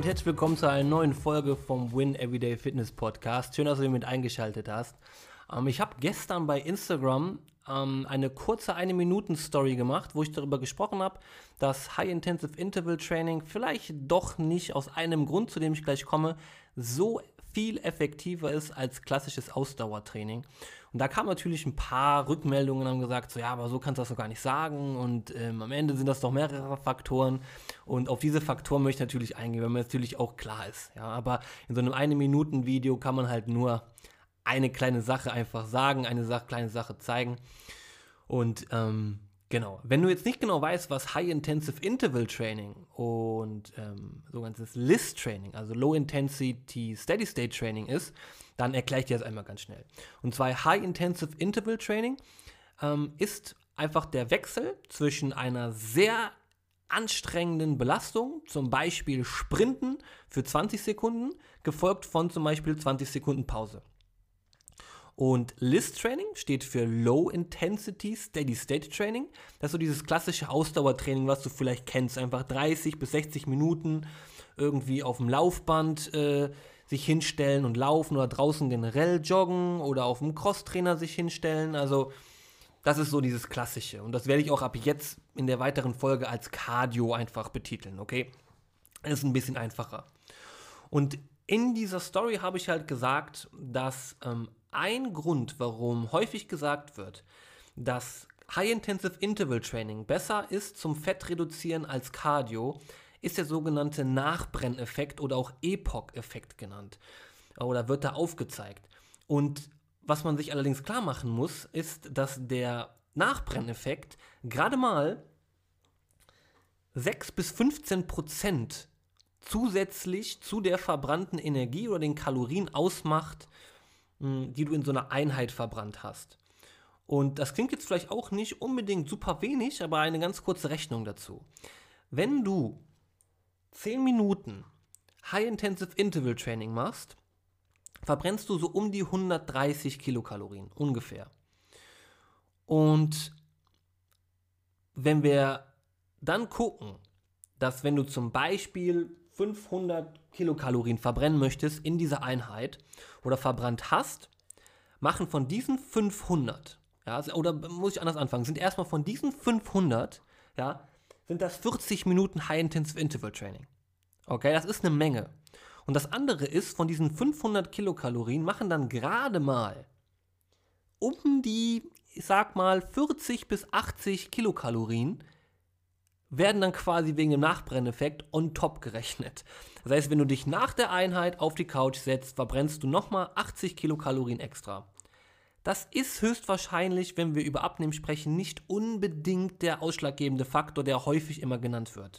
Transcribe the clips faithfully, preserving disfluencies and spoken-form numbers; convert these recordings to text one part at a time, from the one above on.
herzlich willkommen zu einer neuen Folge vom Win Everyday Fitness Podcast. Schön, dass du mit eingeschaltet hast. Ähm, ich habe gestern bei Instagram ähm, eine kurze eine Minuten Story gemacht, wo ich darüber gesprochen habe, dass High-Intensive Interval Training vielleicht doch nicht aus einem Grund, zu dem ich gleich komme, so viel effektiver ist als klassisches Ausdauertraining. Und da kamen natürlich ein paar Rückmeldungen und haben gesagt, so ja, aber so kannst du das doch gar nicht sagen und ähm, am Ende sind das doch mehrere Faktoren und auf diese Faktoren möchte ich natürlich eingehen, wenn man natürlich auch klar ist. Ja, aber in so einem eine Minuten Video kann man halt nur eine kleine Sache einfach sagen, eine Sache, kleine Sache zeigen und ähm, genau, wenn du jetzt nicht genau weißt, was High-Intensive Interval Training und ähm, sogenanntes L I S Training, also Low-Intensity Steady-State Training ist, dann erkläre ich dir das einmal ganz schnell. Und zwar High-Intensive Interval Training ähm, ist einfach der Wechsel zwischen einer sehr anstrengenden Belastung, zum Beispiel Sprinten für zwanzig Sekunden, gefolgt von zum Beispiel zwanzig Sekunden Pause. Und L I S Training steht für Low Intensity Steady State Training. Das ist so dieses klassische Ausdauertraining, was du vielleicht kennst. Einfach dreißig bis sechzig Minuten irgendwie auf dem Laufband äh, sich hinstellen und laufen oder draußen generell joggen oder auf dem Crosstrainer sich hinstellen. Also das ist so dieses Klassische. Und das werde ich auch ab jetzt in der weiteren Folge als Cardio einfach betiteln, okay? Das ist ein bisschen einfacher. Und in dieser Story habe ich halt gesagt, dass ähm, ein Grund, warum häufig gesagt wird, dass High-Intensive Interval Training besser ist zum Fettreduzieren als Cardio, ist der sogenannte Nachbrenneffekt oder auch E P O C-Effekt genannt. Oder wird da aufgezeigt. Und was man sich allerdings klar machen muss, ist, dass der Nachbrenneffekt gerade mal sechs bis fünfzehn Prozent zusätzlich zu der verbrannten Energie oder den Kalorien ausmacht, die du in so einer Einheit verbrannt hast. Und das klingt jetzt vielleicht auch nicht unbedingt super wenig, aber eine ganz kurze Rechnung dazu. Wenn du zehn Minuten High-Intensive Interval Training machst, verbrennst du so um die hundertdreißig Kilokalorien, ungefähr. Und wenn wir dann gucken, dass wenn du zum Beispiel fünfhundert Kilokalorien verbrennen möchtest in dieser Einheit oder verbrannt hast, machen von diesen fünfhundert, ja, oder muss ich anders anfangen, sind erstmal von diesen fünfhundert, ja, sind das vierzig Minuten High-Intensive Interval Training. Okay, das ist eine Menge. Und das andere ist, von diesen fünfhundert Kilokalorien machen dann gerade mal um die, ich sag mal, vierzig bis achtzig Kilokalorien werden dann quasi wegen dem Nachbrenneffekt on top gerechnet. Das heißt, wenn du dich nach der Einheit auf die Couch setzt, verbrennst du nochmal achtzig Kilokalorien extra. Das ist höchstwahrscheinlich, wenn wir über Abnehmen sprechen, nicht unbedingt der ausschlaggebende Faktor, der häufig immer genannt wird.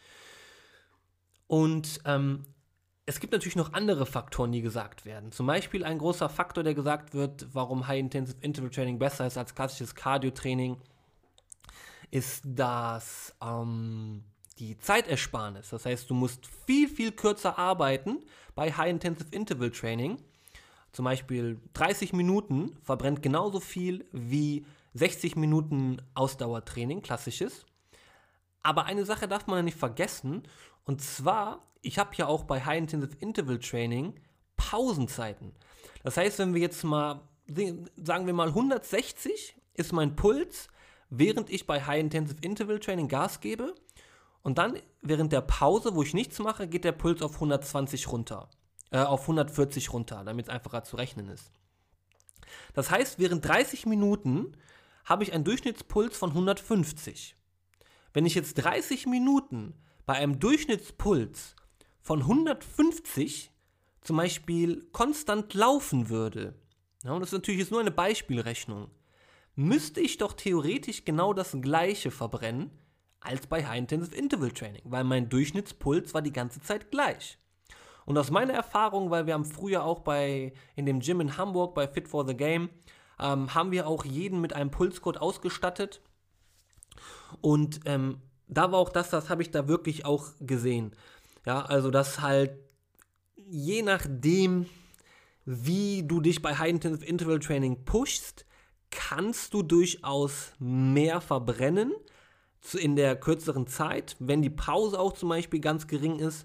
Und ähm, es gibt natürlich noch andere Faktoren, die gesagt werden. Zum Beispiel ein großer Faktor, der gesagt wird, warum High-Intensive Interval Training besser ist als klassisches Cardio-Training, ist das ähm, die Zeitersparnis. Das heißt, du musst viel, viel kürzer arbeiten bei High-Intensive Interval Training. Zum Beispiel dreißig Minuten verbrennt genauso viel wie sechzig Minuten Ausdauertraining, klassisches. Aber eine Sache darf man ja nicht vergessen, und zwar, ich habe ja auch bei High-Intensive Interval Training Pausenzeiten. Das heißt, wenn wir jetzt mal, sagen wir mal hundertsechzig ist mein Puls, während ich bei High-Intensive Interval Training Gas gebe, und dann während der Pause, wo ich nichts mache, geht der Puls auf hundertzwanzig runter, äh, auf hundertvierzig runter, damit es einfacher zu rechnen ist. Das heißt, während dreißig Minuten habe ich einen Durchschnittspuls von hundertfünfzig. Wenn ich jetzt dreißig Minuten bei einem Durchschnittspuls von hundertfünfzig zum Beispiel konstant laufen würde, ja, und das ist natürlich jetzt nur eine Beispielrechnung, müsste ich doch theoretisch genau das Gleiche verbrennen als bei High-Intensive Interval Training, weil mein Durchschnittspuls war die ganze Zeit gleich. Und aus meiner Erfahrung, weil wir haben früher auch bei in dem Gym in Hamburg bei Fit for the Game, ähm, haben wir auch jeden mit einem Pulscode ausgestattet. Und ähm, da war auch das, das habe ich da wirklich auch gesehen. Ja, also dass halt je nachdem, wie du dich bei High-Intensive Interval Training pushst, kannst du durchaus mehr verbrennen in der kürzeren Zeit, wenn die Pause auch zum Beispiel ganz gering ist.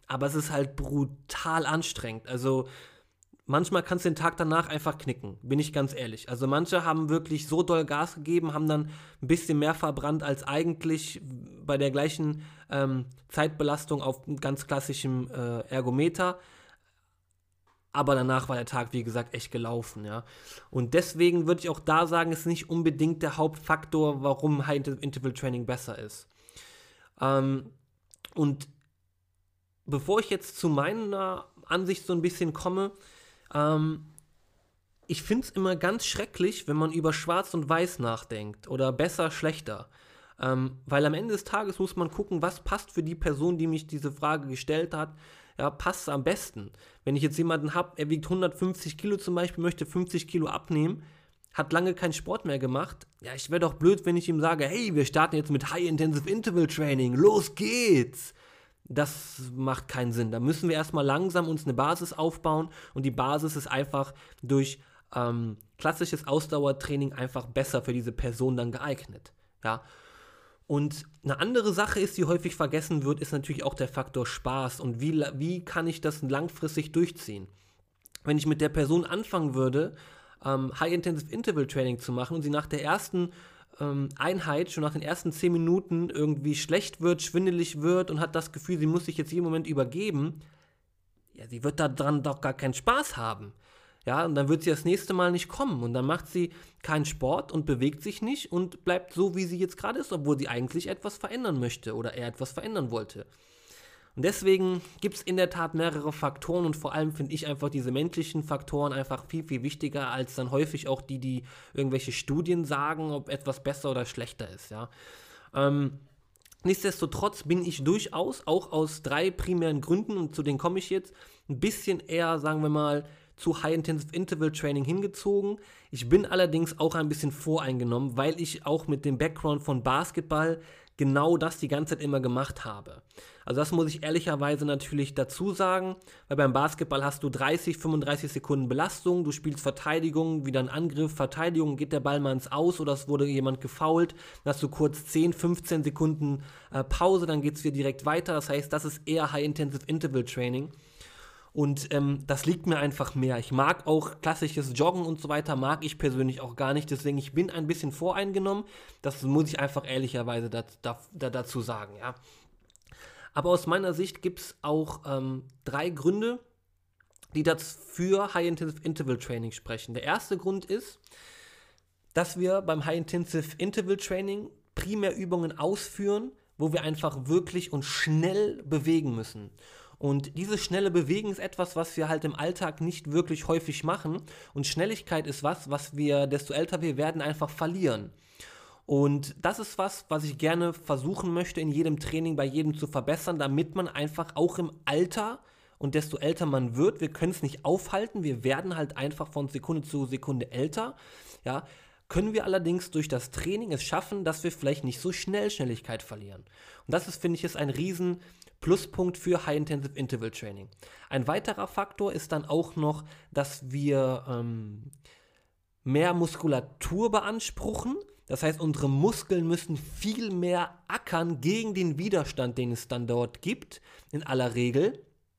aber es ist halt brutal anstrengend. Also manchmal kannst du den Tag danach einfach knicken, bin ich ganz ehrlich. Also manche haben wirklich so doll Gas gegeben, haben dann ein bisschen mehr verbrannt als eigentlich bei der gleichen ähm, Zeitbelastung auf ganz klassischem äh, Ergometer. Aber danach war der Tag, wie gesagt, echt gelaufen, ja. Und deswegen würde ich auch da sagen, ist nicht unbedingt der Hauptfaktor, warum High-Interval-Training besser ist. Ähm, und bevor ich jetzt zu meiner Ansicht so ein bisschen komme, ähm, ich finde es immer ganz schrecklich, wenn man über Schwarz und Weiß nachdenkt oder besser, schlechter. Ähm, weil am Ende des Tages muss man gucken, was passt für die Person, die mich diese Frage gestellt hat, ja, passt am besten. Wenn ich jetzt jemanden habe, er wiegt hundertfünfzig Kilo zum Beispiel, möchte fünfzig Kilo abnehmen, hat lange keinen Sport mehr gemacht, ja, ich wäre doch blöd, wenn ich ihm sage, hey, wir starten jetzt mit High-Intensive Interval Training, los geht's! Das macht keinen Sinn. Da müssen wir erstmal langsam uns eine Basis aufbauen und die Basis ist einfach durch ähm, klassisches Ausdauertraining einfach besser für diese Person dann geeignet. Ja. Und eine andere Sache ist, die häufig vergessen wird, ist natürlich auch der Faktor Spaß und wie, wie kann ich das langfristig durchziehen. Wenn ich mit der Person anfangen würde, ähm, High-Intensive Interval Training zu machen und sie nach der ersten Einheit schon nach den ersten zehn Minuten irgendwie schlecht wird, schwindelig wird und hat das Gefühl, sie muss sich jetzt jeden Moment übergeben, ja, sie wird daran doch gar keinen Spaß haben. Ja, und dann wird sie das nächste Mal nicht kommen und dann macht sie keinen Sport und bewegt sich nicht und bleibt so, wie sie jetzt gerade ist, obwohl sie eigentlich etwas verändern möchte oder er etwas verändern wollte. Und deswegen gibt es in der Tat mehrere Faktoren und vor allem finde ich einfach diese menschlichen Faktoren einfach viel, viel wichtiger als dann häufig auch die, die irgendwelche Studien sagen, ob etwas besser oder schlechter ist, ja. Ähm, nichtsdestotrotz bin ich durchaus, auch aus drei primären Gründen, und zu denen komme ich jetzt, ein bisschen eher, sagen wir mal, zu High-Intensive Interval Training hingezogen. Ich bin allerdings auch ein bisschen voreingenommen, weil ich auch mit dem Background von Basketball genau das die ganze Zeit immer gemacht habe. Also das muss ich ehrlicherweise natürlich dazu sagen, weil beim Basketball hast du dreißig, fünfunddreißig Sekunden Belastung, du spielst Verteidigung, wieder ein Angriff, Verteidigung, geht der Ball mal ins Aus oder es wurde jemand gefoult, dann hast du kurz zehn, fünfzehn Sekunden äh, Pause, dann geht es wieder direkt weiter, das heißt, das ist eher High-Intensive Interval Training. Und ähm, das liegt mir einfach mehr. Ich mag auch klassisches Joggen und so weiter, mag ich persönlich auch gar nicht. Deswegen, ich bin ein bisschen voreingenommen. Das muss ich einfach ehrlicherweise da, da, da, dazu sagen, ja. Aber aus meiner Sicht gibt es auch ähm, drei Gründe, die das für High-Intensive Interval Training sprechen. Der erste Grund ist, dass wir beim High-Intensive Interval Training primär Übungen ausführen, wo wir einfach wirklich und schnell bewegen müssen. Und dieses schnelle Bewegen ist etwas, was wir halt im Alltag nicht wirklich häufig machen. Und Schnelligkeit ist was, was wir, desto älter wir werden, einfach verlieren. Und das ist was, was ich gerne versuchen möchte, in jedem Training bei jedem zu verbessern, damit man einfach auch im Alter, und desto älter man wird, wir können es nicht aufhalten, wir werden halt einfach von Sekunde zu Sekunde älter, ja, können wir allerdings durch das Training es schaffen, dass wir vielleicht nicht so schnell Schnelligkeit verlieren. Und das ist, finde ich, ist ein riesen Pluspunkt für High-Intensive Interval Training. Ein weiterer Faktor ist dann auch noch, dass wir ähm, mehr Muskulatur beanspruchen. Das heißt, unsere Muskeln müssen viel mehr ackern gegen den Widerstand, den es dann dort gibt, in aller Regel.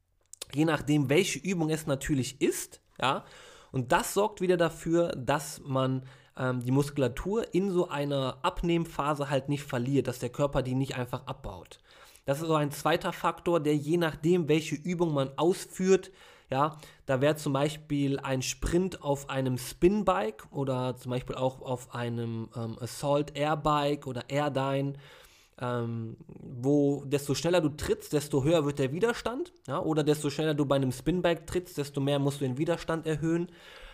Je nachdem, welche Übung es natürlich ist. Ja? Und das sorgt wieder dafür, dass man ähm, die Muskulatur in so einer Abnehmphase halt nicht verliert, dass der Körper die nicht einfach abbaut. Das ist so ein zweiter Faktor, der je nachdem, welche Übung man ausführt, ja, da wäre zum Beispiel ein Sprint auf einem Spinbike oder zum Beispiel auch auf einem ähm, Assault Airbike oder Airdyne, ähm, wo desto schneller du trittst, desto höher wird der Widerstand, ja, oder desto schneller du bei einem Spinbike trittst, desto mehr musst du den Widerstand erhöhen.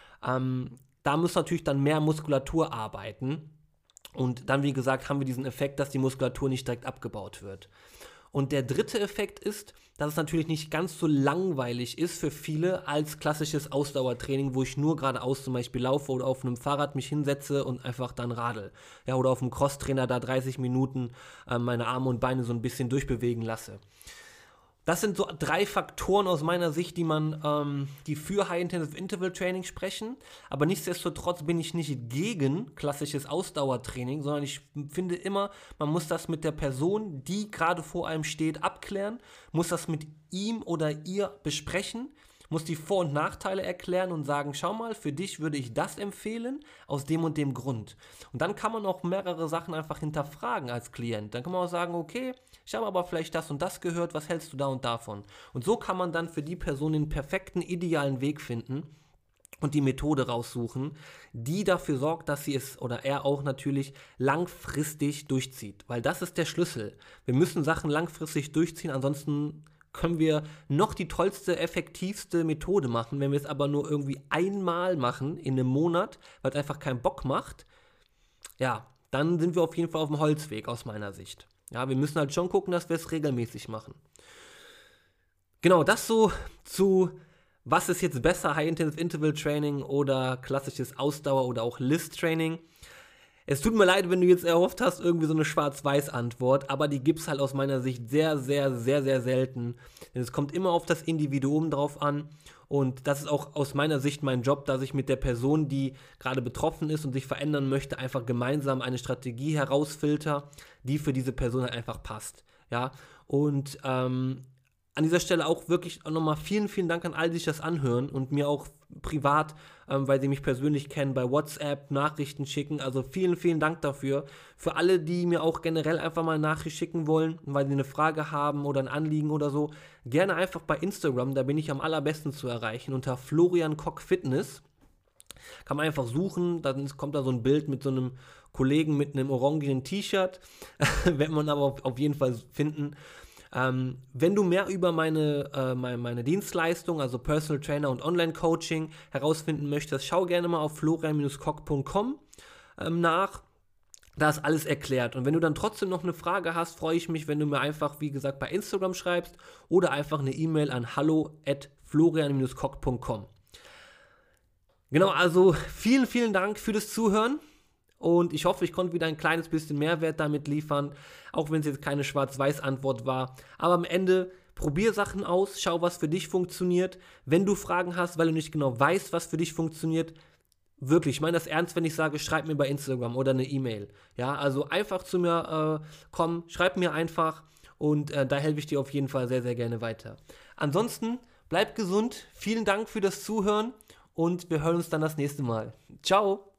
Ähm, da muss natürlich dann mehr Muskulatur arbeiten und dann, wie gesagt, haben wir diesen Effekt, dass die Muskulatur nicht direkt abgebaut wird. Und der dritte Effekt ist, dass es natürlich nicht ganz so langweilig ist für viele als klassisches Ausdauertraining, wo ich nur geradeaus zum Beispiel laufe oder auf einem Fahrrad mich hinsetze und einfach dann radel. Ja, oder auf einem Crosstrainer da dreißig Minuten äh, meine Arme und Beine so ein bisschen durchbewegen lasse. Das sind so drei Faktoren aus meiner Sicht, die man, ähm, die für High-Intensive Interval Training sprechen. Aber nichtsdestotrotz bin ich nicht gegen klassisches Ausdauertraining, sondern ich finde immer, man muss das mit der Person, die gerade vor einem steht, abklären, muss das mit ihm oder ihr besprechen, muss die Vor- und Nachteile erklären und sagen, schau mal, für dich würde ich das empfehlen, aus dem und dem Grund. Und dann kann man auch mehrere Sachen einfach hinterfragen als Klient. Dann kann man auch sagen, okay, ich habe aber vielleicht das und das gehört, was hältst du da und davon? Und so kann man dann für die Person den perfekten, idealen Weg finden und die Methode raussuchen, die dafür sorgt, dass sie es, oder er auch natürlich, langfristig durchzieht. Weil das ist der Schlüssel. Wir müssen Sachen langfristig durchziehen, ansonsten können wir noch die tollste, effektivste Methode machen. Wenn wir es aber nur irgendwie einmal machen in einem Monat, weil es einfach keinen Bock macht, ja, dann sind wir auf jeden Fall auf dem Holzweg aus meiner Sicht. Ja, wir müssen halt schon gucken, dass wir es regelmäßig machen. Genau, das so zu, was ist jetzt besser, High-Intensive Interval Training oder klassisches Ausdauer- oder auch List-Training. Es tut mir leid, wenn du jetzt erhofft hast, irgendwie so eine Schwarz-Weiß-Antwort, aber die gibt es halt aus meiner Sicht sehr, sehr, sehr, sehr selten. Denn es kommt immer auf das Individuum drauf an und das ist auch aus meiner Sicht mein Job, dass ich mit der Person, die gerade betroffen ist und sich verändern möchte, einfach gemeinsam eine Strategie herausfilter, die für diese Person halt einfach passt. Ja, und ähm, an dieser Stelle auch wirklich nochmal vielen, vielen Dank an all die sich das anhören und mir auch privat, ähm, weil sie mich persönlich kennen, bei WhatsApp Nachrichten schicken. Also vielen, vielen Dank dafür. Für alle, die mir auch generell einfach mal eine Nachricht schicken wollen, weil sie eine Frage haben oder ein Anliegen oder so, gerne einfach bei Instagram, da bin ich am allerbesten zu erreichen, unter Florian Kock Fitness. Kann man einfach suchen, dann kommt da so ein Bild mit so einem Kollegen mit einem orangenen T-Shirt, wird man aber auf, auf jeden Fall finden. Ähm, wenn du mehr über meine, äh, meine, meine Dienstleistung, also Personal Trainer und Online-Coaching herausfinden möchtest, schau gerne mal auf florian Bindestrich kock punkt com ähm, nach. Da ist alles erklärt. Und wenn du dann trotzdem noch eine Frage hast, freue ich mich, wenn du mir einfach, wie gesagt, bei Instagram schreibst oder einfach eine E-Mail an hallo at florian Bindestrich kock punkt com. Genau, also vielen, vielen Dank für das Zuhören. Und ich hoffe, ich konnte wieder ein kleines bisschen Mehrwert damit liefern, auch wenn es jetzt keine Schwarz-Weiß-Antwort war. Aber am Ende, probier Sachen aus, schau, was für dich funktioniert. Wenn du Fragen hast, weil du nicht genau weißt, was für dich funktioniert, wirklich, ich meine das ernst, wenn ich sage, schreib mir bei Instagram oder eine E-Mail. Ja, also einfach zu mir äh, kommen, schreib mir einfach und äh, da helfe ich dir auf jeden Fall sehr, sehr gerne weiter. Ansonsten, bleib gesund, vielen Dank für das Zuhören und wir hören uns dann das nächste Mal. Ciao!